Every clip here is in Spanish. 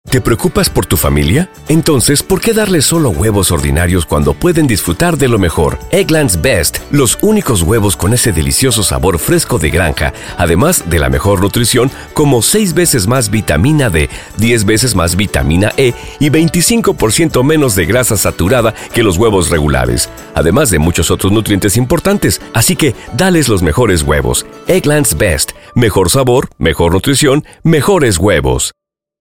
¿Te preocupas por tu familia? Entonces, ¿por qué darles solo huevos ordinarios cuando pueden disfrutar de lo mejor? Eggland's Best, los únicos huevos con ese delicioso sabor fresco de granja, además de la mejor nutrición, como 6 veces más vitamina D, 10 veces más vitamina E y 25% menos de grasa saturada que los huevos regulares, además de muchos otros nutrientes importantes. Así que, dales los mejores huevos. Eggland's Best, mejor sabor, mejor nutrición, mejores huevos.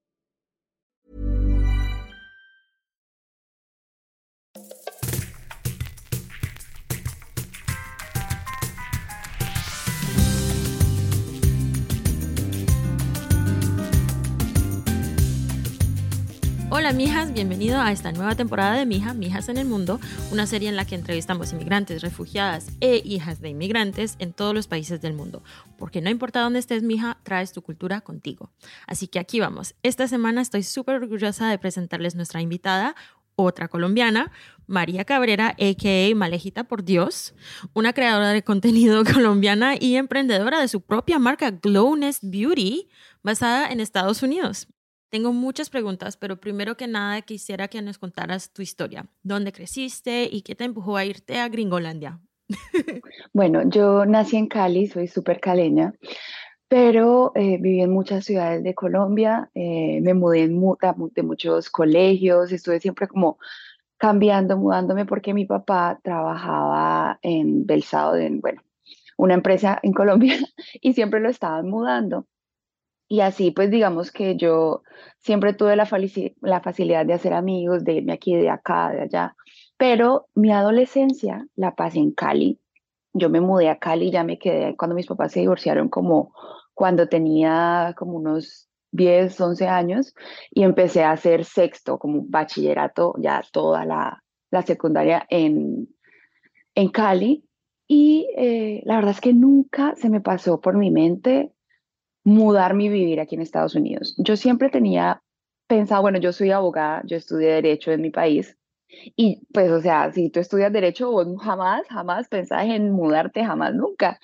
Hola mijas, bienvenido a esta nueva temporada de Mijas en el Mundo, una serie en la que entrevistamos inmigrantes, refugiadas e hijas de inmigrantes en todos los países del mundo. Porque no importa dónde estés, mija, traes tu cultura contigo. Así que aquí vamos. Esta semana estoy súper orgullosa de presentarles nuestra invitada, otra colombiana, María Cabrera, a.k.a. Malejita por Dios, una creadora de contenido colombiana y emprendedora de su propia marca Glowness Beauty, basada en Estados Unidos. Tengo muchas preguntas, pero primero que nada quisiera que nos contaras tu historia. ¿Dónde creciste y qué te empujó a irte a Gringolandia? Bueno, yo nací en Cali, soy súper caleña, pero viví en muchas ciudades de Colombia, me mudé de muchos colegios, estuve siempre como cambiando, mudándome porque mi papá trabajaba en Belsado, bueno, una empresa en Colombia y siempre lo estaban mudando. Y así, pues digamos que yo siempre tuve la facilidad de hacer amigos, de irme aquí, de acá, de allá. Pero mi adolescencia la pasé en Cali. Yo me mudé a Cali, ya me quedé cuando mis papás se divorciaron, como cuando tenía como unos 10 11 años, y empecé a hacer sexto, como bachillerato, ya toda la secundaria en Cali. Y la verdad es que nunca se me pasó por mi mente mudarme y vivir aquí en Estados Unidos. Yo siempre tenía pensado, bueno, yo soy abogada, yo estudié Derecho en mi país y pues, o sea, si tú estudias Derecho, vos jamás pensás en mudarte, jamás, nunca.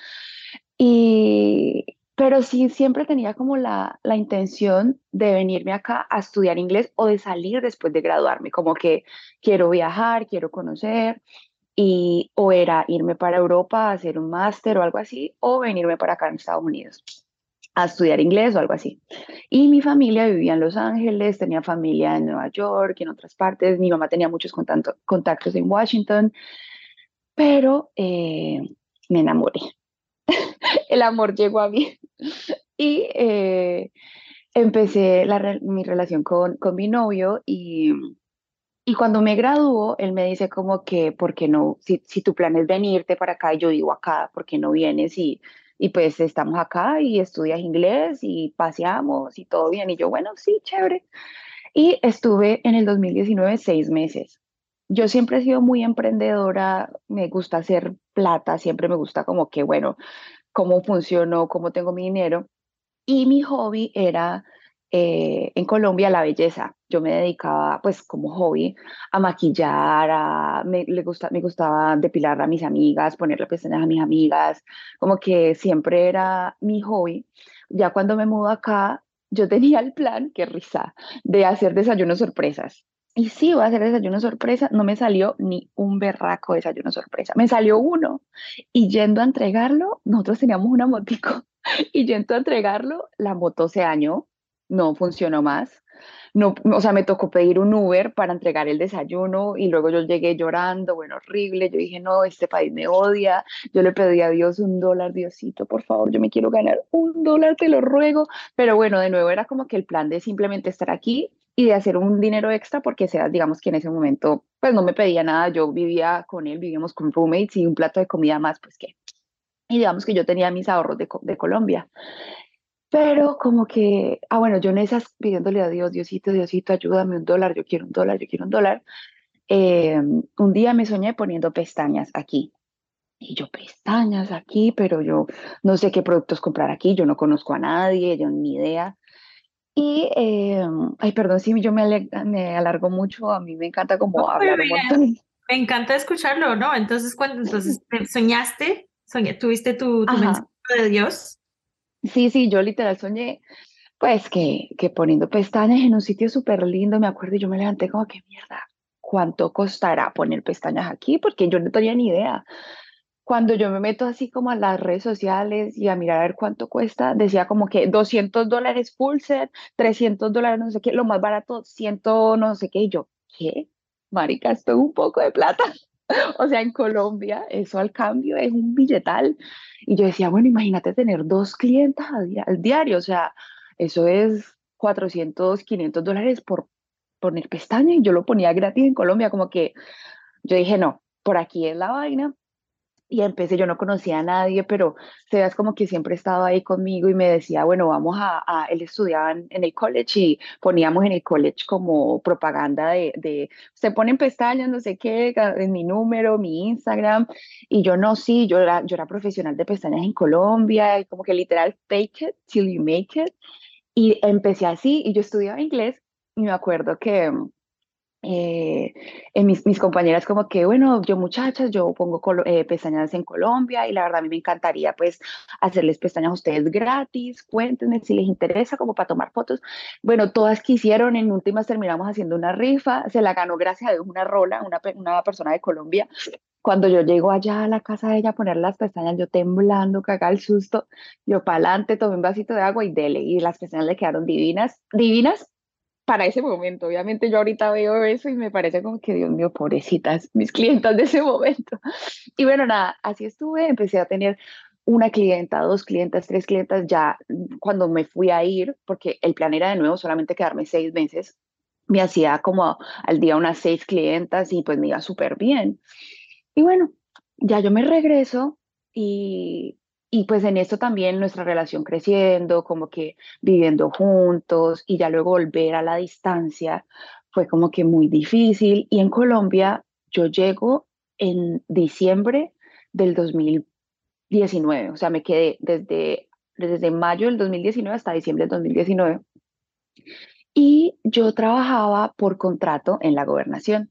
Pero sí, siempre tenía como la intención de venirme acá a estudiar inglés o de salir después de graduarme, como que quiero viajar, quiero conocer. Y o era irme para Europa a hacer un máster o algo así, o venirme para acá en Estados Unidos a estudiar inglés o algo así. Y mi familia vivía en Los Ángeles, tenía familia en Nueva York, en otras partes. Mi mamá tenía muchos contactos en Washington, pero me enamoré. El amor llegó a mí y empecé mi relación con mi novio y cuando me graduó, él me dice como que, ¿por qué no? Si tu plan es venirte para acá y yo vivo acá, ¿por qué no vienes y pues estamos acá y estudias inglés y paseamos y todo bien? Y yo, bueno, sí, chévere. Y estuve en el 2019 6 meses. Yo siempre he sido muy emprendedora, me gusta hacer plata, siempre me gusta como que, bueno, cómo funciono, cómo tengo mi dinero. Y mi hobby era en Colombia la belleza. Yo me dedicaba, pues como hobby, a maquillar, me gustaba depilar a mis amigas, ponerle pestañas a mis amigas, como que siempre era mi hobby. Ya cuando me mudo acá, yo tenía el plan, qué risa, de hacer desayunos sorpresas. Y sí, voy a hacer desayuno sorpresa. No me salió ni un berraco desayuno sorpresa. Me salió uno. Y yendo a entregarlo, nosotros teníamos una motico. Y yendo a entregarlo, la moto se dañó, no funcionó más. No, o sea, me tocó pedir un Uber para entregar el desayuno y luego yo llegué llorando, bueno, horrible. Yo dije, no, este país me odia. Yo le pedí a Dios $1, Diosito, por favor, yo me quiero ganar $1, te lo ruego. Pero bueno, de nuevo era como que el plan de simplemente estar aquí y de hacer un dinero extra porque sea, digamos que en ese momento, pues no me pedía nada. Yo vivía con él, vivíamos con roommates y un plato de comida más, pues qué. Y digamos que yo tenía mis ahorros de Colombia. Pero como que, bueno, yo en esas pidiéndole a Dios, Diosito, Diosito, ayúdame $1, yo quiero $1, yo quiero $1. Un día me soñé poniendo pestañas aquí. Y yo, pestañas aquí, pero yo no sé qué productos comprar aquí, yo no conozco a nadie, yo ni idea. Y, ay, perdón si yo me alargo mucho, a mí me encanta No, como pero hablar un mira, montón. me encanta escucharlo, ¿no? Entonces, entonces ¿te soñaste, tuviste tu Ajá, mensaje de Dios? sí, yo literal soñé. Pues que poniendo pestañas en un sitio súper lindo, me acuerdo, y yo me levanté como que mierda, ¿cuánto costará poner pestañas aquí? Porque yo no tenía ni idea. Cuando yo me meto así como a las redes sociales y a mirar a ver cuánto cuesta, decía como que $200 full set, $300 no sé qué, lo más barato, 100 no sé qué, y yo, ¿qué? Marica, esto es un poco de plata. O sea, en Colombia eso al cambio es un billetal. Y yo decía, bueno, imagínate tener dos clientas al diario, o sea, eso es 400 $500 por poner pestañas y yo lo ponía gratis en Colombia, como que yo dije, no, por aquí es la vaina y empecé, yo no conocía a nadie, pero Sebas como que siempre estaba ahí conmigo y me decía, bueno, vamos él estudiaba en el college y poníamos en el college como propaganda se ponen pestañas, no sé qué, en mi número, mi Instagram, y yo no, sí, yo era profesional de pestañas en Colombia, y como que literal, fake it till you make it, y empecé así, y yo estudiaba inglés, y me acuerdo que eh, mis compañeras como que, bueno, yo muchachas, yo pongo pestañas en Colombia y la verdad a mí me encantaría pues hacerles pestañas a ustedes gratis, cuéntenme si les interesa como para tomar fotos. Bueno, todas quisieron, en últimas terminamos haciendo una rifa, se la ganó gracias a Dios una rola, una persona de Colombia. Cuando yo llego allá a la casa de ella a poner las pestañas, yo temblando, cagada el susto, yo para adelante, tomé un vasito de agua y dele, y las pestañas le quedaron divinas, divinas para ese momento. Obviamente yo ahorita veo eso y me parece como que, Dios mío, pobrecitas, mis clientas de ese momento. Y bueno, nada, así estuve, empecé a tener una clienta, dos clientas, tres clientas, ya cuando me fui a ir, porque el plan era de nuevo solamente quedarme 6 meses, me hacía como al día unas 6 clientas y pues me iba súper bien. Y bueno, ya yo me regreso y, y pues en esto también nuestra relación creciendo, como que viviendo juntos y ya luego volver a la distancia fue como que muy difícil. Y en Colombia yo llego en diciembre del 2019, o sea, me quedé desde mayo del 2019 hasta diciembre del 2019 y yo trabajaba por contrato en la gobernación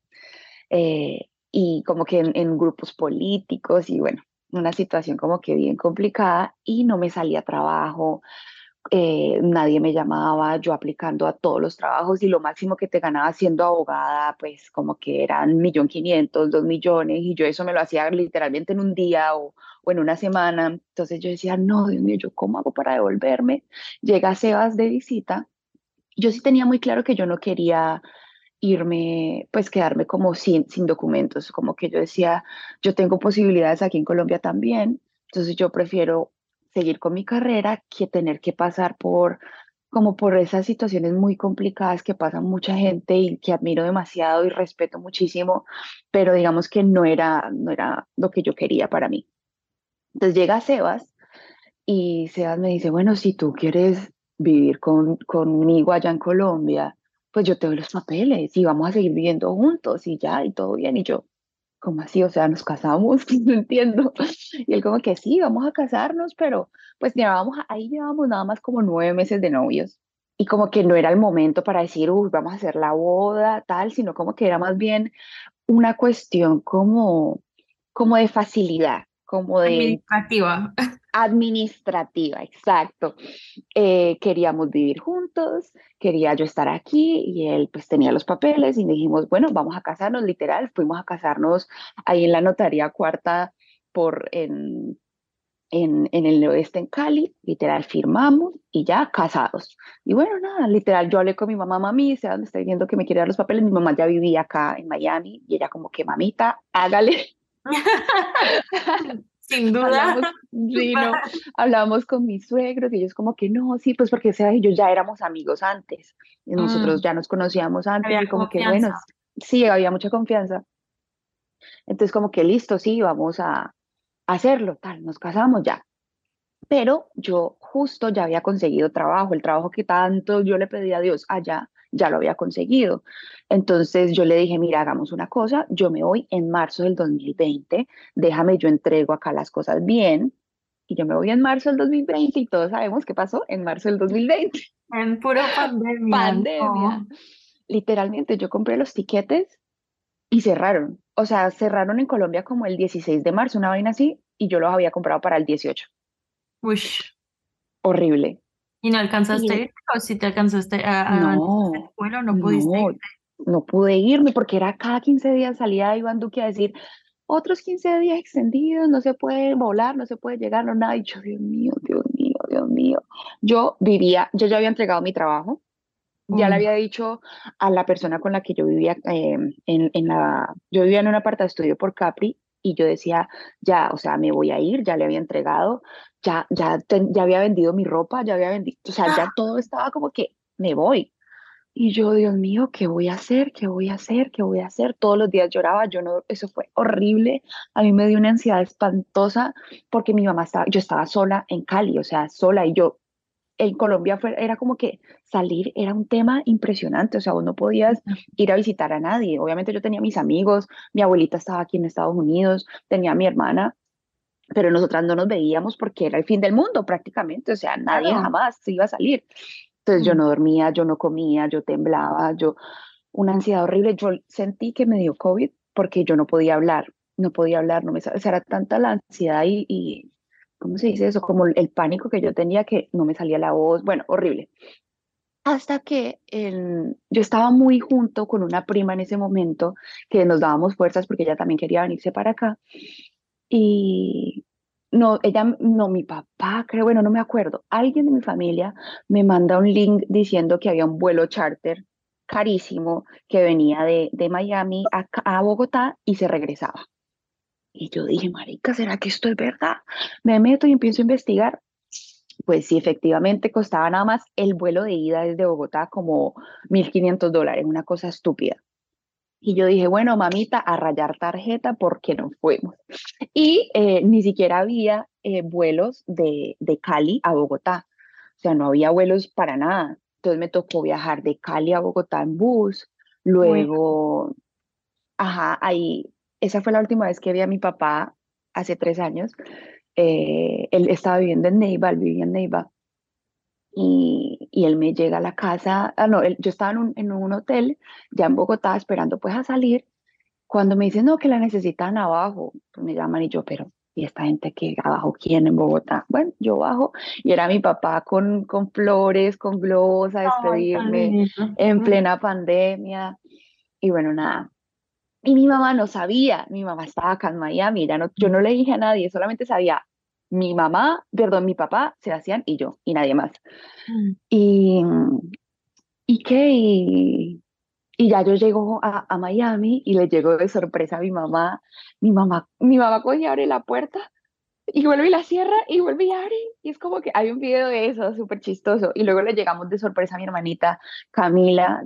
y como que en grupos políticos y bueno, una situación como que bien complicada y no me salía trabajo, nadie me llamaba, yo aplicando a todos los trabajos y lo máximo que te ganaba siendo abogada, pues como que eran 1.500.000, 2 millones y yo eso me lo hacía literalmente en un día o en una semana. Entonces yo decía, no, Dios mío, ¿yo cómo hago para devolverme? Llega Sebas de visita. Yo sí tenía muy claro que yo no quería irme, pues quedarme como sin documentos, como que yo decía, yo tengo posibilidades aquí en Colombia también, entonces yo prefiero seguir con mi carrera que tener que pasar como por esas situaciones muy complicadas que pasa mucha gente y que admiro demasiado y respeto muchísimo, pero digamos que no era lo que yo quería para mí. Entonces llega Sebas y Sebas me dice, bueno, si tú quieres vivir conmigo allá en Colombia, pues yo te doy los papeles y vamos a seguir viviendo juntos y ya, y todo bien. Y yo, ¿cómo así? O sea, nos casamos, no entiendo. Y él como que sí, vamos a casarnos, pero pues ahí llevábamos nada más como 9 meses de novios. Y como que no era el momento para decir, uy, vamos a hacer la boda, tal, sino como que era más bien una cuestión como de facilidad, como de Administrativa. administrativa, exacto. Queríamos vivir juntos, quería yo estar aquí y él pues tenía los papeles y dijimos, bueno, vamos a casarnos, literal, fuimos a casarnos ahí en la notaría cuarta en el oeste en Cali, literal, firmamos y ya casados. Y bueno, nada, literal, yo hablé con mi mamá, mami, sé dónde estoy viendo que me quiere dar los papeles, mi mamá ya vivía acá en Miami y ella como que, mamita, hágale. Sin duda. Hablamos, sí, no, hablamos con mis suegros y ellos como que no, sí, pues porque Sebas y yo ya éramos amigos antes, y nosotros Mm, ya nos conocíamos antes y había como que bueno, confianza. sí, había mucha confianza. Entonces como que listo, sí, vamos a hacerlo, tal, nos casamos ya. Pero yo justo ya había conseguido trabajo, el trabajo que tanto yo le pedí a Dios allá, ya lo había conseguido. Entonces yo le dije, mira, hagamos una cosa, yo me voy en marzo del 2020, déjame, yo entrego acá las cosas bien, y yo me voy en marzo del 2020 y todos sabemos qué pasó en marzo del 2020. En pura pandemia, Pandemia. no. Literalmente yo compré los tiquetes y cerraron. O sea, cerraron en Colombia como el 16 de marzo, una vaina así, y yo los había comprado para el 18. Uy, Horrible. ¿Y no alcanzaste a Y ir? ¿O si te alcanzaste antes del no, vuelo, no pudiste no, ir? no pude irme porque era cada 15 días salía Iván Duque a decir, otros 15 días extendidos, no se puede volar, no se puede llegar, no nada. Y yo, Dios mío, Dios mío, Dios mío. Yo ya había entregado mi trabajo, ya le Uy, había dicho a la persona con la que yo vivía, yo vivía en un aparta estudio por Capri y yo decía, ya, o sea, me voy a ir, ya le había entregado, ya había vendido mi ropa, ya había vendido, o sea, ya todo estaba como que me voy. Y yo, Dios mío, ¿qué voy a hacer? ¿Qué voy a hacer? ¿Qué voy a hacer? Todos los días lloraba, yo no, eso fue horrible. A mí me dio una ansiedad espantosa porque yo estaba sola en Cali, o sea, sola y yo en Colombia era como que salir era un tema impresionante, o sea, vos no podías ir a visitar a nadie. Obviamente yo tenía mis amigos, mi abuelita estaba aquí en Estados Unidos, tenía a mi hermana, pero nosotras no nos veíamos porque era el fin del mundo prácticamente, o sea, nadie claro. jamás se iba a salir. Entonces yo Mm. no dormía, yo no comía, yo temblaba, una ansiedad horrible. Yo sentí que me dio COVID porque yo no podía hablar, no podía hablar, no me, o sea, era tanta la ansiedad ¿cómo se dice eso? Como el pánico que yo tenía que no me salía la voz, bueno, horrible. Hasta que yo estaba muy junto con una prima en ese momento que nos dábamos fuerzas porque ella también quería venirse para acá y no, no, mi papá, creo, bueno, no me acuerdo. Alguien de mi familia me manda un link diciendo que había un vuelo charter carísimo que venía de Miami a Bogotá y se regresaba. Y yo dije, marica, ¿será que esto es verdad? Me meto y empiezo a investigar. Pues sí, efectivamente costaba nada más el vuelo de ida desde Bogotá como $1,500, una cosa estúpida. Y yo dije, bueno, mamita, a rayar tarjeta porque nos fuimos. Y ni siquiera había vuelos de Cali a Bogotá. O sea, no había vuelos para nada. Entonces me tocó viajar de Cali a Bogotá en bus. Uy, Luego, ajá, ahí, esa fue la última vez que vi a mi papá hace 3 años. Él estaba viviendo en Neiva, él vivía en Neiva. Y él me llega a la casa, no, yo estaba en un hotel ya en Bogotá esperando pues a salir cuando me dicen, no, que la necesitan abajo, pues me llaman y yo, pero, ¿y esta gente que abajo quién en Bogotá? Bueno, yo bajo y era mi papá con flores, con globos a ay, tan despedirme lindo. en Mm. plena pandemia. Y bueno, nada. Y mi mamá no sabía, mi mamá estaba acá en Miami, ya no, yo no le dije a nadie, solamente sabía mi mamá, perdón, mi papá, Sebastián y yo, y nadie más. Mm. Y, y qué, y ya yo llego a Miami y le llego de sorpresa a mi mamá. Mi mamá coge y abre la puerta y vuelve y la cierra y vuelve y abre. Y es como que hay un video de eso, súper chistoso. Y luego le llegamos de sorpresa a mi hermanita Camila.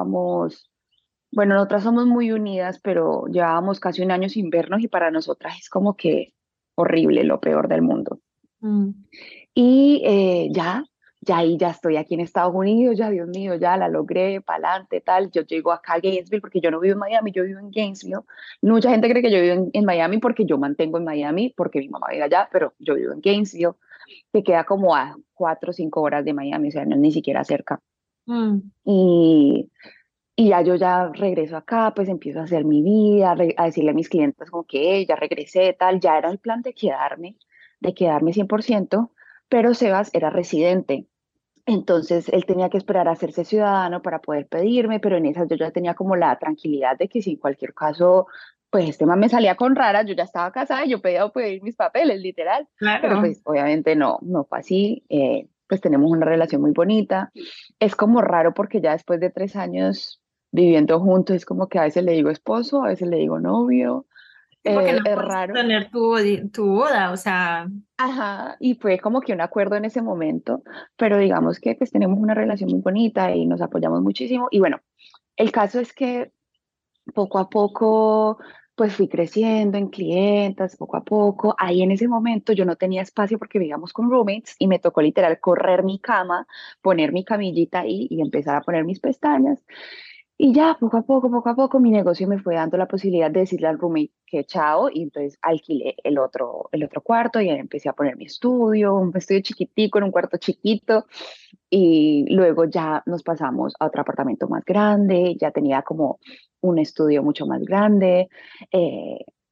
Bueno, nosotras somos muy unidas, pero llevábamos casi un año sin vernos y para nosotras es como que horrible, lo peor del mundo. Mm. Y ya ahí ya estoy aquí en Estados Unidos, ya Dios mío, ya la logré, para adelante, tal. Yo llego acá a Gainesville porque yo no vivo en Miami, yo vivo en Gainesville. Mucha gente cree que yo vivo en Miami porque yo mantengo en Miami, porque mi mamá vive allá, pero yo vivo en Gainesville, que queda como a 4 o 5 horas de Miami, o sea, no es ni siquiera cerca. Mm. Y, y ya regreso acá, pues empiezo a hacer mi vida, a decirle a mis clientes como que ya regresé, tal, ya era el plan de quedarme 100%, pero Sebas era residente. Entonces él tenía que esperar a hacerse ciudadano para poder pedirme, pero en esas yo ya tenía como la tranquilidad de que si en cualquier caso, pues este man me salía con rara, yo ya estaba casada y yo pedía pedir mis papeles, literal, pero Claro. pues obviamente no, no fue así, pues tenemos una relación muy bonita. Es como raro porque ya después de 3 años viviendo juntos, es como que a veces le digo esposo, a veces le digo novio, Sí, porque no es puedes raro. tener tu boda, o sea, Ajá, y fue como que un acuerdo en ese momento, pero digamos que pues tenemos una relación muy bonita y nos apoyamos muchísimo. Y bueno, el caso es que poco a poco pues fui creciendo en clientas, poco a poco. Ahí en ese momento yo no tenía espacio porque vivíamos con roommates y me tocó literal correr mi cama, poner mi camillita ahí y empezar a poner mis pestañas. Y ya, poco a poco, mi negocio me fue dando la posibilidad de decirle al roommate que chao, y entonces alquilé el otro cuarto y ahí empecé a poner mi estudio, un estudio chiquitico en un cuarto chiquito, y luego ya nos pasamos a otro apartamento más grande, ya tenía como un estudio mucho más grande, eh,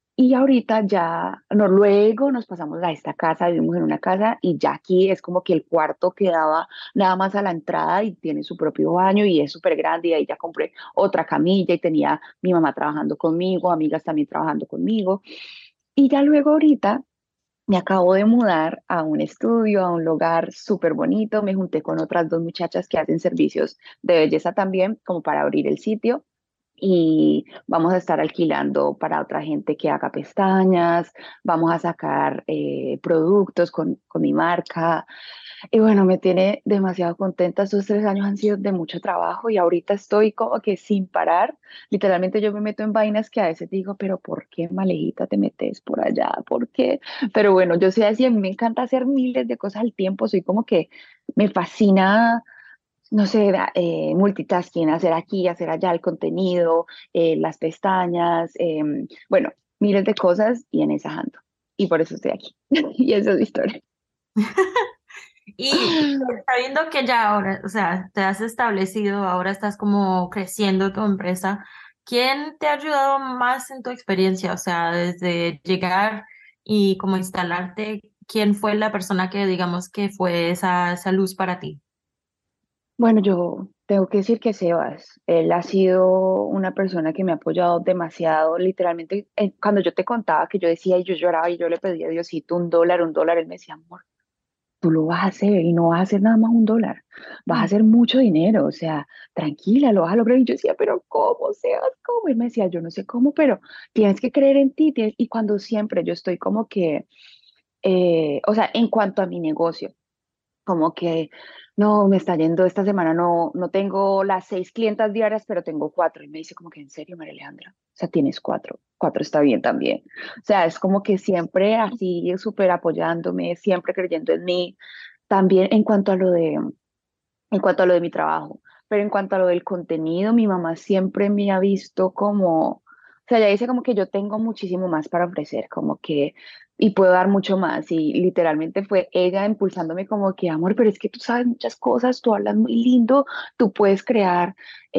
Y ahorita ya, no, luego nos pasamos a esta casa, vivimos en una casa y ya aquí es como que el cuarto quedaba nada más a la entrada y tiene su propio baño y es súper grande y ahí ya compré otra camilla y tenía mi mamá trabajando conmigo, amigas también trabajando conmigo. Y ya luego ahorita me acabo de mudar a un estudio, a un lugar súper bonito, me junté con otras dos muchachas que hacen servicios de belleza también, como para abrir el sitio y vamos a estar alquilando para otra gente que haga pestañas, vamos a sacar productos con mi marca. Y bueno, me tiene demasiado contenta. Estos 3 años han sido de mucho trabajo y ahorita estoy como que sin parar. Literalmente yo me meto en vainas que a veces digo, pero ¿por qué, Malejita, te metes por allá? ¿Por qué? Pero bueno, yo soy así, a mí me encanta hacer miles de cosas al tiempo. Soy como que me fascina, no sé, multitasking, hacer aquí, hacer allá el contenido, las pestañas, bueno, miles de cosas y en esa ando. Y por eso estoy aquí. Y esa es la historia. Y sabiendo que ya ahora, o sea, te has establecido, ahora estás como creciendo tu empresa, ¿quién te ha ayudado más en tu experiencia? O sea, desde llegar y como instalarte, ¿quién fue la persona que digamos que fue esa luz para ti? Bueno, yo tengo que decir que Sebas, él ha sido una persona que me ha apoyado demasiado, literalmente, cuando yo te contaba que yo decía y yo lloraba y yo le pedía a Diosito un dólar, él me decía, amor, tú lo vas a hacer y no vas a hacer nada más un dólar, vas a Mm. hacer mucho dinero, o sea, tranquila, lo vas a lograr. Y yo decía, pero ¿cómo, Sebas? ¿Cómo? Y él me decía, yo no sé cómo, pero tienes que creer en ti, y cuando siempre yo estoy como que, o sea, en cuanto a mi negocio como que no, me está yendo esta semana, no, no tengo las 6 clientas diarias, pero tengo cuatro. Y me dice como que, ¿en serio, María Alejandra? O sea, tienes cuatro, cuatro está bien también. O sea, es como que siempre así, súper apoyándome, siempre creyendo en mí. También en cuanto a lo de mi trabajo, pero en cuanto a lo del contenido, mi mamá siempre me ha visto como, o sea, ella dice como que yo tengo muchísimo más para ofrecer, como que, y puedo dar mucho más, y literalmente fue ella impulsándome como que, amor, pero es que tú sabes muchas cosas, tú hablas muy lindo, tú puedes crear,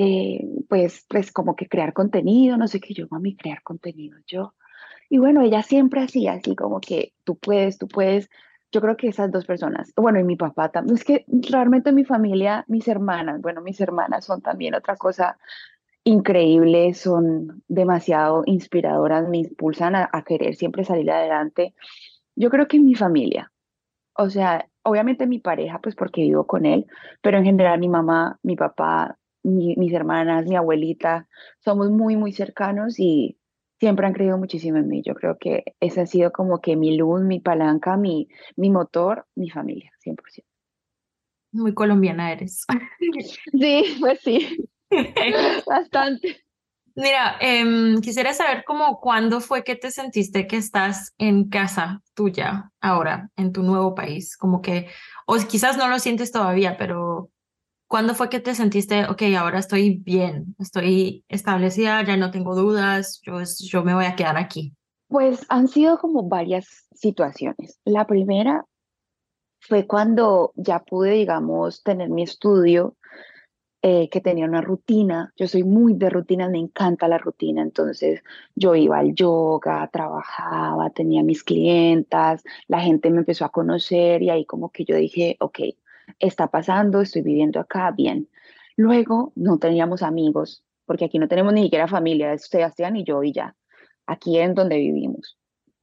pues como que crear contenido, no sé qué, yo, mami, crear contenido, yo. Y bueno, ella siempre hacía así como que tú puedes, tú puedes. Yo creo que esas dos personas, bueno, y mi papá también, es que realmente mi familia, mis hermanas, bueno, mis hermanas son también otra cosa increíble, son demasiado inspiradoras, me impulsan a querer siempre salir adelante. Yo creo que mi familia, o sea, obviamente mi pareja, pues porque vivo con él, pero en general mi mamá, mi papá, mis hermanas, mi abuelita, somos muy, muy cercanos y siempre han creído muchísimo en mí. Yo creo que esa ha sido como que mi luz, mi palanca, mi motor, mi familia, 100%. Muy colombiana eres. Sí, pues sí, bastante. Mira, quisiera saber cómo cuándo fue que te sentiste que estás en casa tuya ahora, en tu nuevo país, como que, o quizás no lo sientes todavía, pero ¿cuándo fue que te sentiste, ok, ahora estoy bien, estoy establecida, ya no tengo dudas, yo me voy a quedar aquí? Pues han sido como varias situaciones. La primera fue cuando ya pude, digamos, tener mi estudio, que tenía una rutina. Yo soy muy de rutina, me encanta la rutina. Entonces yo iba al yoga, trabajaba, tenía mis clientas, la gente me empezó a conocer y ahí como que yo dije, ok, está pasando, estoy viviendo acá, bien. Luego no teníamos amigos, porque aquí no tenemos ni siquiera familia, es Sebastián y yo y ya, aquí en donde vivimos.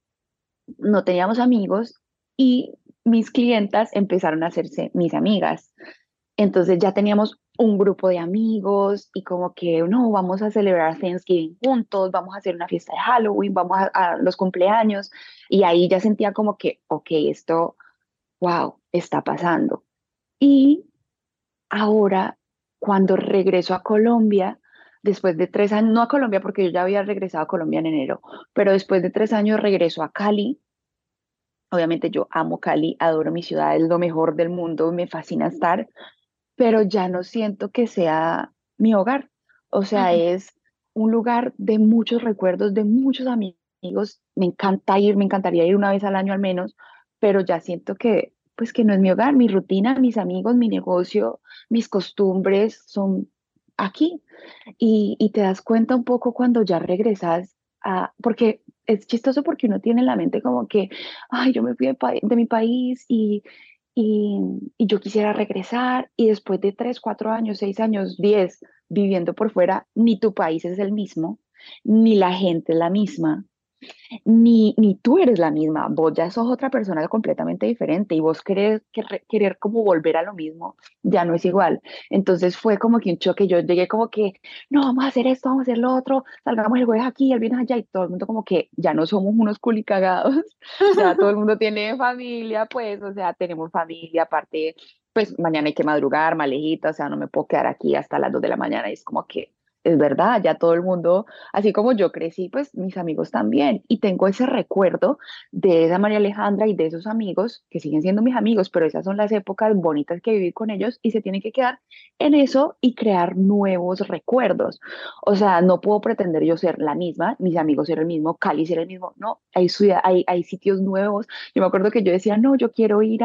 No teníamos amigos y mis clientas empezaron a hacerse mis amigas. Entonces ya teníamos un grupo de amigos y como que no, vamos a celebrar Thanksgiving juntos, vamos a hacer una fiesta de Halloween, vamos a los cumpleaños y ahí ya sentía como que, ok, esto, wow, está pasando. Y ahora, cuando regreso a Colombia, después de 3 años, no a Colombia porque yo ya había regresado a Colombia en enero, pero después de 3 años regreso a Cali. Obviamente yo amo Cali, adoro mi ciudad, es lo mejor del mundo, me fascina estar, pero ya no siento que sea mi hogar. O sea, Ujú. es un lugar de muchos recuerdos, de muchos amigos. Me encanta ir, me encantaría ir una vez al año al menos, pero ya siento que, pues que no es mi hogar, mi rutina, mis amigos, mi negocio, mis costumbres son aquí. Y te das cuenta un poco cuando ya regresas. porque es chistoso porque uno tiene en la mente como que, ay, yo me fui de mi país y, y yo quisiera regresar y después de 3, 4 años, 6 años, 10 viviendo por fuera, ni tu país es el mismo, ni la gente es la misma, ni tú eres la misma, vos ya sos otra persona completamente diferente y vos querer como volver a lo mismo, ya no es igual. Entonces fue como que un choque, yo llegué como que, no, vamos a hacer esto, vamos a hacer lo otro, salgamos el jueves aquí, el viernes allá y todo el mundo como que ya no somos unos culicagados, ya todo el mundo tiene familia, pues, o sea, tenemos familia, aparte, pues mañana hay que madrugar, más lejita, o sea, no me puedo quedar aquí hasta las 2 de la mañana y es como que... Es verdad, ya todo el mundo, así como yo crecí, pues mis amigos también. Y tengo ese recuerdo de esa María Alejandra y de esos amigos que siguen siendo mis amigos, pero esas son las épocas bonitas que viví con ellos y se tienen que quedar en eso y crear nuevos recuerdos. O sea, no puedo pretender yo ser la misma, mis amigos ser el mismo, Cali ser el mismo. No, hay sitios nuevos. Yo me acuerdo que yo decía, no, yo quiero ir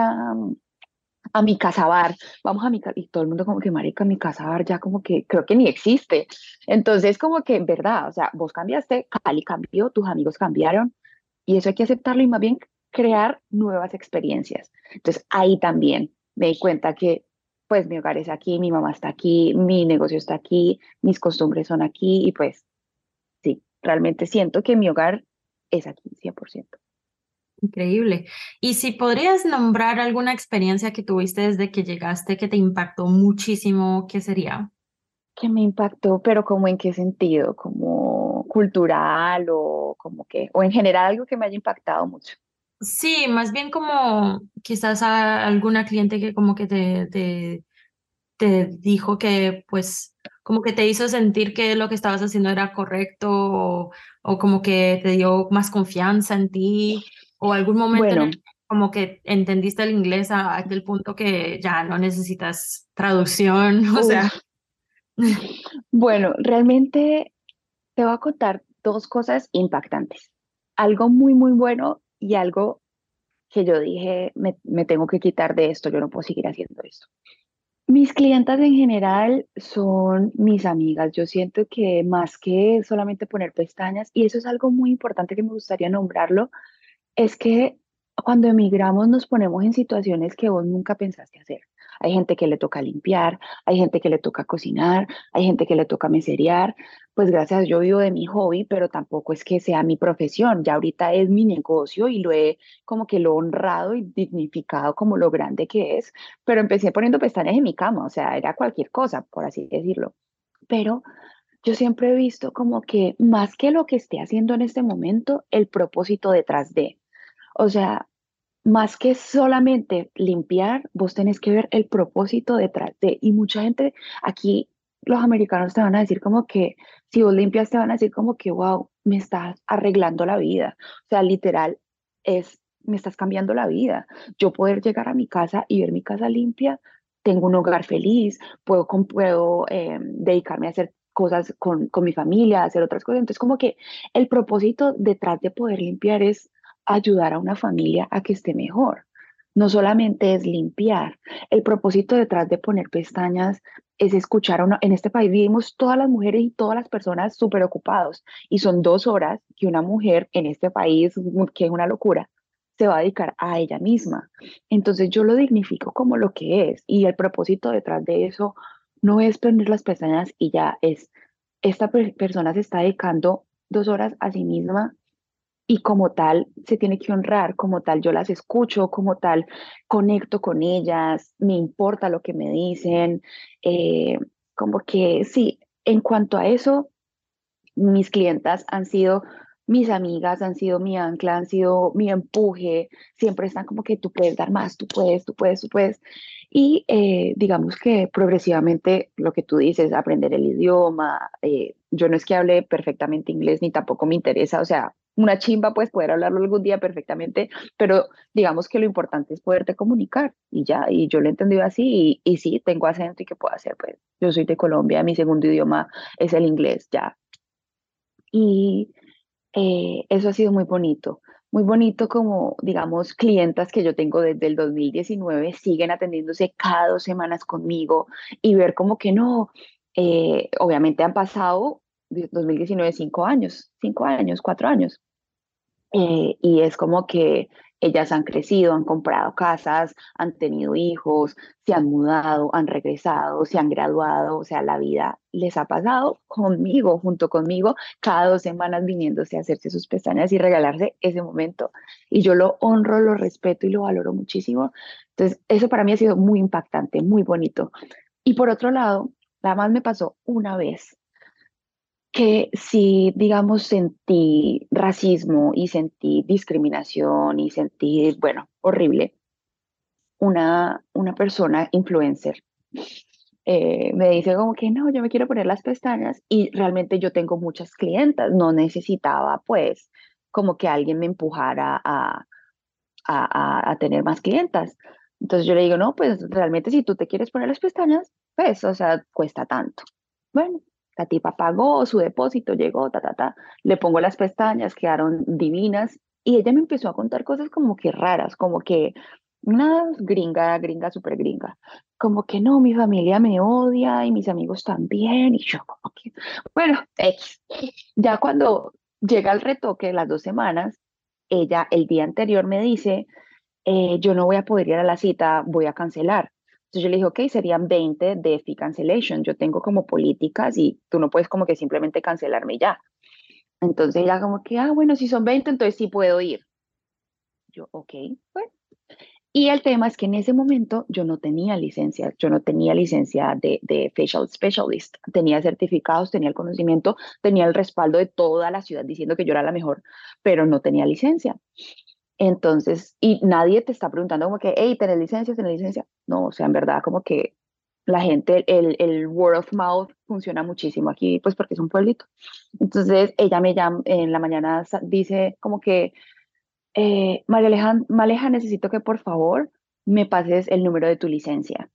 a mi casa bar, vamos a mi casa, y todo el mundo como que, marica, mi casa bar ya como que creo que ni existe. Entonces, como que, verdad, o sea, vos cambiaste, Cali cambió, tus amigos cambiaron, y eso hay que aceptarlo y más bien crear nuevas experiencias. Entonces, ahí también me di cuenta que, pues, mi hogar es aquí, mi mamá está aquí, mi negocio está aquí, mis costumbres son aquí, y pues, sí, realmente siento que mi hogar es aquí, 100%. Increíble. Y si podrías nombrar alguna experiencia que tuviste desde que llegaste que te impactó muchísimo, ¿qué sería? Que me impactó, pero como en qué sentido, como cultural o como que, o en general algo que me haya impactado mucho. Sí, más bien como quizás a alguna cliente que como que te dijo que pues como que te hizo sentir que lo que estabas haciendo era correcto o como que te dio más confianza en ti o algún momento en el Bueno, que como que entendiste el inglés a aquel punto que ya no necesitas traducción, o sea. uf, bueno, realmente te voy a contar dos cosas impactantes. Algo muy, muy bueno y algo que yo dije, me tengo que quitar de esto, yo no puedo seguir haciendo esto. Mis clientas en general son mis amigas. Yo siento que más que solamente poner pestañas, y eso es algo muy importante que me gustaría nombrarlo, es que cuando emigramos nos ponemos en situaciones que vos nunca pensaste hacer. Hay gente que le toca limpiar, hay gente que le toca cocinar, hay gente que le toca meserear. Pues gracias, yo vivo de mi hobby, pero tampoco es que sea mi profesión. Ya ahorita es mi negocio y lo he como que lo he honrado y dignificado como lo grande que es. Pero empecé poniendo pestañas en mi cama, o sea, era cualquier cosa, por así decirlo. Pero yo siempre he visto como que más que lo que esté haciendo en este momento, el propósito detrás de. O sea, más que solamente limpiar, vos tenés que ver el propósito detrás de. Y mucha gente aquí, los americanos te van a decir como que, si vos limpias, te van a decir como que, wow, me estás arreglando la vida. O sea, literal, me estás cambiando la vida. Yo poder llegar a mi casa y ver mi casa limpia, tengo un hogar feliz, puedo dedicarme a hacer cosas con mi familia, hacer otras cosas. Entonces, como que el propósito detrás de poder limpiar es ayudar a una familia a que esté mejor. No solamente es limpiar, el propósito detrás de poner pestañas es escuchar a uno. En este país vivimos todas las mujeres y todas las personas súper ocupados y son 2 horas que una mujer en este país, que es una locura, se va a dedicar a ella misma. Entonces yo lo dignifico como lo que es y el propósito detrás de eso no es prender las pestañas y ya es, esta persona se está dedicando 2 horas a sí misma y como tal se tiene que honrar, como tal yo las escucho, como tal conecto con ellas, me importa lo que me dicen, eh, como que sí, en cuanto a eso, mis clientas han sido mis amigas, han sido mi ancla, han sido mi empuje, siempre están como que tú puedes dar más, tú puedes, tú puedes, tú puedes. Y digamos que progresivamente lo que tú dices, aprender el idioma, yo no es que hable perfectamente inglés ni tampoco me interesa, o sea, una chimba pues poder hablarlo algún día perfectamente, pero digamos que lo importante es poderte comunicar y ya, y yo lo he entendido así y sí, tengo acento y qué puedo hacer, pues yo soy de Colombia, mi segundo idioma es el inglés, ya, y eso ha sido muy bonito como, digamos, clientas que yo tengo desde el 2019 siguen atendiéndose cada 2 semanas conmigo y ver como que no, obviamente han pasado. 2019, 5 años, 4 años. Y es como que ellas han crecido, han comprado casas, han tenido hijos, se han mudado, han regresado, se han graduado, o sea, la vida les ha pasado conmigo, junto conmigo, cada 2 semanas viniéndose a hacerse sus pestañas y regalarse ese momento. Y yo lo honro, lo respeto y lo valoro muchísimo. Entonces, eso para mí ha sido muy impactante, muy bonito. Y por otro lado, nada más me pasó una vez que sí, digamos, sentí racismo y sentí discriminación y sentí, bueno, horrible. Una persona influencer me dice como que no, yo me quiero poner las pestañas y realmente yo tengo muchas clientas, no necesitaba pues como que alguien me empujara a tener más clientas. Entonces yo le digo, no, pues realmente si tú te quieres poner las pestañas, pues, o sea, cuesta tanto. Bueno, la tipa pagó su depósito, llegó, le pongo las pestañas, quedaron divinas y ella me empezó a contar cosas como que raras, como que una gringa, gringa, súper gringa, como que no, mi familia me odia y mis amigos también y yo como que, bueno, X. Ya cuando llega el retoque de las 2 semanas, ella el día anterior me dice, yo no voy a poder ir a la cita, voy a cancelar. Entonces yo le dije, ok, serían 20 de fee cancellation. Yo tengo como políticas y tú no puedes como que simplemente cancelarme ya. Entonces ella como que, ah, bueno, si son 20 entonces sí puedo ir. Yo, ok, bueno. Y el tema es que en ese momento yo no tenía licencia, yo no tenía licencia de facial specialist, tenía certificados, tenía el conocimiento, tenía el respaldo de toda la ciudad diciendo que yo era la mejor, pero no tenía licencia. Entonces, y nadie te está preguntando como que, hey, ¿tenés licencia? ¿Tenés licencia? No, o sea, en verdad, como que la gente, el word of mouth funciona muchísimo aquí, pues porque es un pueblito. Entonces, ella me llama en la mañana, dice como que, Maleja, necesito que por favor me pases el número de tu licencia.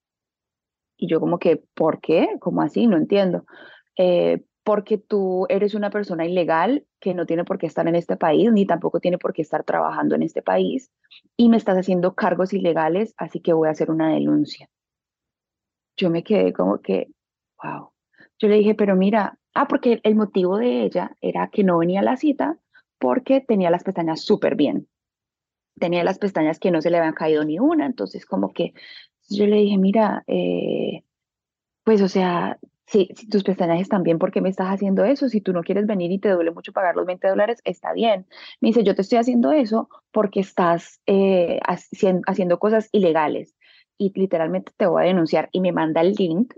Y yo como que, ¿por qué? ¿Cómo así? No entiendo. Porque tú eres una persona ilegal que no tiene por qué estar en este país, ni tampoco tiene por qué estar trabajando en este país, y me estás haciendo cargos ilegales, así que voy a hacer una denuncia. Yo me quedé como que, wow. Yo le dije, pero mira, porque el motivo de ella era que no venía a la cita porque tenía las pestañas súper bien. Tenía las pestañas que no se le habían caído ni una, entonces como que yo le dije, mira, pues, o sea, si tus pestañas están bien, ¿por qué me estás haciendo eso? Si tú no quieres venir y te duele mucho pagar los $20, está bien. Me dice, yo te estoy haciendo eso porque estás haciendo cosas ilegales y literalmente te voy a denunciar. Y me manda el link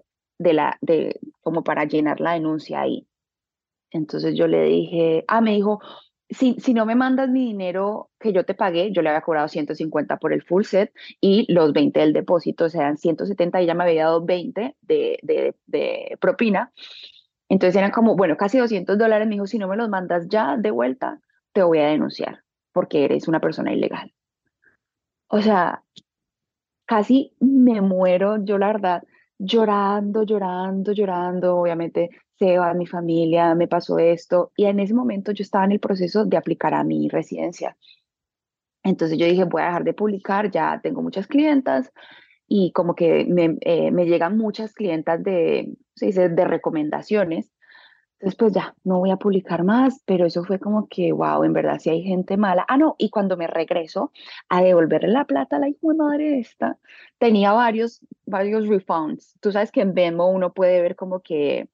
como para llenar la denuncia ahí. Entonces yo le dije, me dijo, si no me mandas mi dinero que yo te pagué, yo le había cobrado 150 por el full set y los 20 del depósito, o sea, eran 170 y ella me había dado 20 de propina. Entonces eran como, bueno, casi $200. Me dijo, si no me los mandas ya de vuelta, te voy a denunciar porque eres una persona ilegal. O sea, casi me muero, yo la verdad, llorando, llorando, llorando, obviamente se va mi familia, me pasó esto, y en ese momento yo estaba en el proceso de aplicar a mi residencia. Entonces yo dije, voy a dejar de publicar, ya tengo muchas clientas y como que me llegan muchas clientas se dice, de recomendaciones. Entonces, pues ya, no voy a publicar más, pero eso fue como que, wow, en verdad, si hay gente mala. No, y cuando me regreso a devolverle la plata a la hijo de madre esta, tenía varios refunds. Tú sabes que en Venmo uno puede ver como que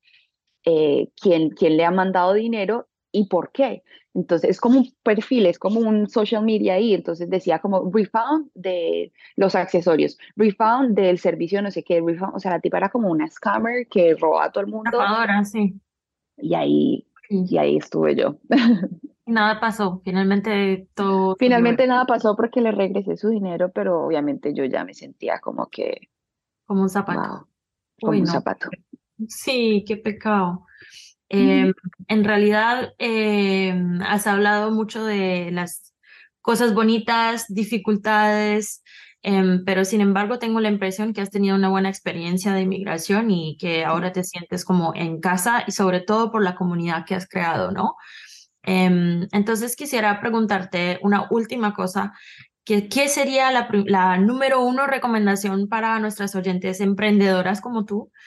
quién le ha mandado dinero y por qué. Entonces, es como un perfil, es como un social media ahí. Entonces decía como refund de los accesorios, refund del servicio, no sé qué, refund. O sea, la tipa era como una scammer que roba a todo el mundo Estafadora, sí. y ahí, y Sí. ahí estuve yo. Y nada pasó. Finalmente todo salió Finalmente bien, nada pasó porque le regresé su dinero, pero obviamente yo ya me sentía como que, como un zapato. wow, como Uy, un no. zapato. Sí, qué pecado. Ujú. En realidad, has hablado mucho de las cosas bonitas, dificultades, pero sin embargo tengo la impresión que has tenido una buena experiencia de inmigración y que Sí. ahora te sientes como en casa y sobre todo por la comunidad que has creado, ¿no? Entonces quisiera preguntarte una última cosa. ¿Qué sería la número uno recomendación para nuestras oyentes emprendedoras como tú?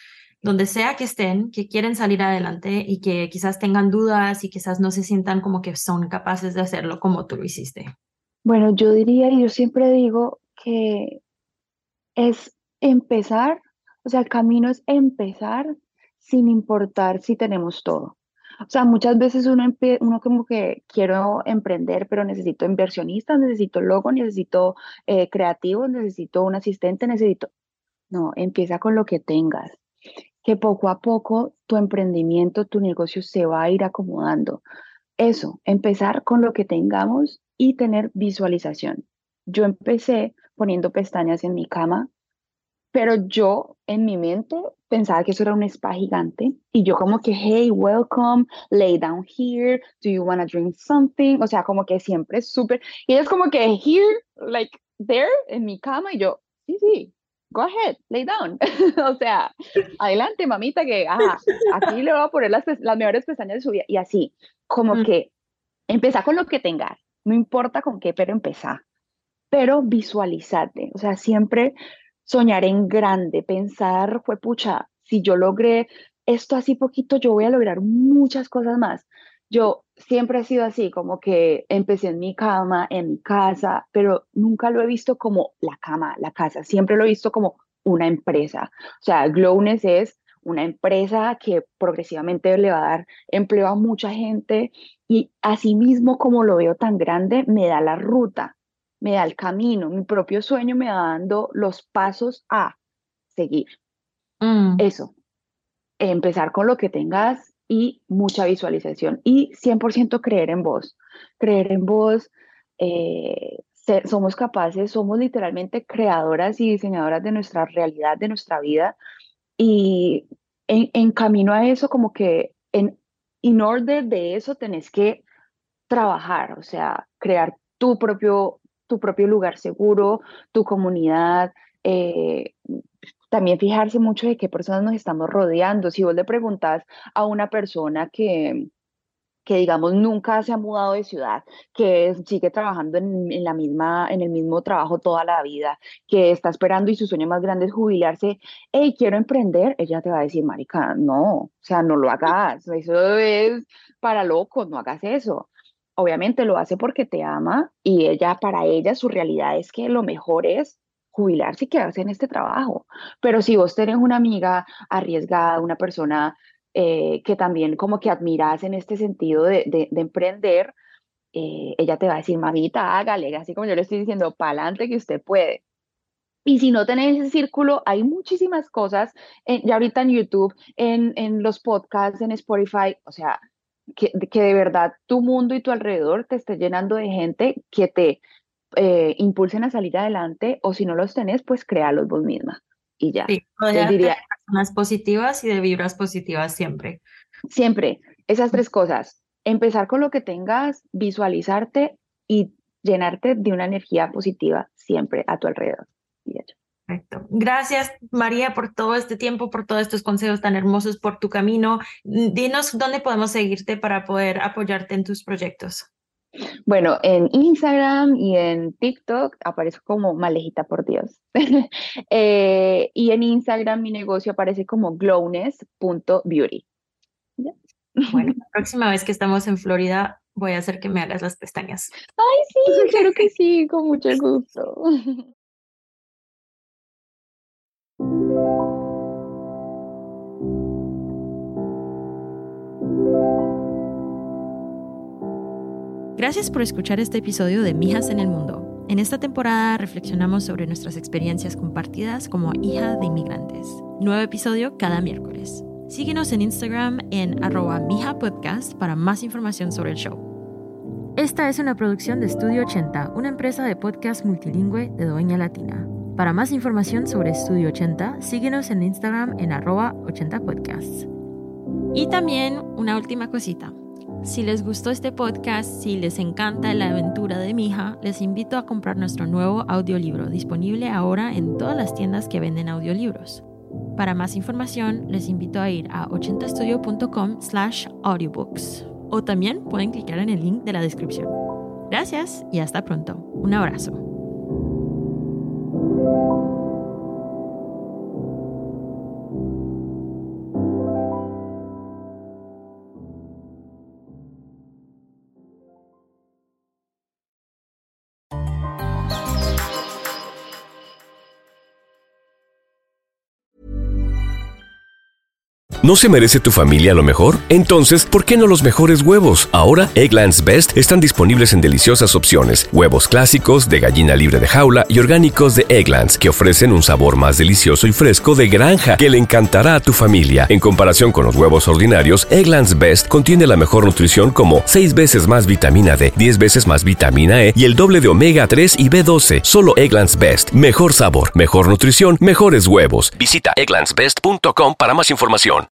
donde sea que estén, que quieren salir adelante y que quizás tengan dudas y quizás no se sientan como que son capaces de hacerlo como tú lo hiciste? Bueno, yo diría y yo siempre digo que es empezar, o sea, el camino es empezar sin importar si tenemos todo. O sea, muchas veces uno como que quiero emprender, pero necesito inversionistas, necesito logo, necesito creativos, necesito un asistente, necesito... No, empieza con lo que tengas, que poco a poco tu emprendimiento, tu negocio se va a ir acomodando. Eso, empezar con lo que tengamos y tener visualización. Yo empecé poniendo pestañas en mi cama, pero yo en mi mente pensaba que eso era un spa gigante y yo como que, hey, welcome, lay down here, do you want to drink something? O sea, como que siempre es súper, y es como que here, like there, en mi cama y yo, sí, sí, go ahead, lay down. O sea, adelante, mamita, que, aquí le voy a poner las mejores pestañas de su vida y así, como Mm. que empezá con lo que tengas, no importa con qué, pero empezá, pero visualizate, o sea, siempre soñar en grande, pensar, fue pucha, si yo logré esto así poquito, yo voy a lograr muchas cosas más. Yo siempre he sido así, como que empecé en mi cama, en mi casa, pero nunca lo he visto como la cama, la casa, siempre lo he visto como una empresa. O sea, Glowness es una empresa que progresivamente le va a dar empleo a mucha gente y asimismo como lo veo tan grande, me da la ruta, me da el camino, mi propio sueño me va dando los pasos a seguir. Mm. Eso, empezar con lo que tengas y mucha visualización y 100% creer en vos, somos capaces, somos literalmente creadoras y diseñadoras de nuestra realidad, de nuestra vida y en camino a eso como que en orden de eso tenés que trabajar, o sea, crear tu propio lugar seguro, tu comunidad, también fijarse mucho de qué personas nos estamos rodeando. Si vos le preguntas a una persona que digamos nunca se ha mudado de ciudad, sigue trabajando en la misma, en el mismo trabajo toda la vida, que está esperando y su sueño más grande es jubilarse, hey, quiero emprender, ella te va a decir, marica, no, o sea, no lo hagas, eso es para locos, no hagas eso. Obviamente lo hace porque te ama y para ella, su realidad es que lo mejor es jubilarse y quedarse en este trabajo. Pero si vos tenés una amiga arriesgada, una persona que también como que admiras en este sentido de emprender, ella te va a decir, mamita, hágale, así como yo le estoy diciendo, pa'lante que usted puede. Y si no tenés ese círculo, hay muchísimas cosas, ya ahorita en YouTube, en los podcasts, en Spotify, o sea, que de verdad tu mundo y tu alrededor te esté llenando de gente que te impulsen a salir adelante, o si no los tenés, pues créalos vos misma y ya. Sí, Entonces rodearte de diría, personas positivas y de vibras positivas siempre. siempre, esas tres cosas. Empezar con lo que tengas, visualizarte y llenarte de una energía positiva siempre a tu alrededor. Y ya. Perfecto. Gracias, María, por todo este tiempo, por todos estos consejos tan hermosos, por tu camino. Dinos dónde podemos seguirte para poder apoyarte en tus proyectos. Bueno, en Instagram y en TikTok aparezco como Malejita por Dios. Y en Instagram mi negocio aparece como glowness.beauty. ¿Ya? Bueno, la próxima vez que estamos en Florida, voy a hacer que me hagas las pestañas. Ay, sí, claro que sí, con mucho gusto. Gracias por escuchar este episodio de Mijas en el Mundo. En esta temporada reflexionamos sobre nuestras experiencias compartidas como hija de inmigrantes. Nuevo episodio cada miércoles. Síguenos en Instagram en @mijapodcast para más información sobre el show. Esta es una producción de Estudio 80, una empresa de podcast multilingüe de Doña Latina. Para más información sobre Estudio 80, síguenos en Instagram en @80podcasts. Y también una última cosita. Si les gustó este podcast, si les encanta la aventura de mi hija, les invito a comprar nuestro nuevo audiolibro, disponible ahora en todas las tiendas que venden audiolibros. Para más información, les invito a ir a 80studio.com/audiobooks o también pueden clicar en el link de la descripción. Gracias y hasta pronto. Un abrazo. ¿No se merece tu familia lo mejor? Entonces, ¿por qué no los mejores huevos? Ahora, Eggland's Best están disponibles en deliciosas opciones. Huevos clásicos, de gallina libre de jaula y orgánicos de Eggland's, que ofrecen un sabor más delicioso y fresco de granja que le encantará a tu familia. En comparación con los huevos ordinarios, Eggland's Best contiene la mejor nutrición como 6 veces más vitamina D, 10 veces más vitamina E y el doble de omega 3 y B12. Solo Eggland's Best. Mejor sabor, mejor nutrición, mejores huevos. Visita egglandsbest.com para más información.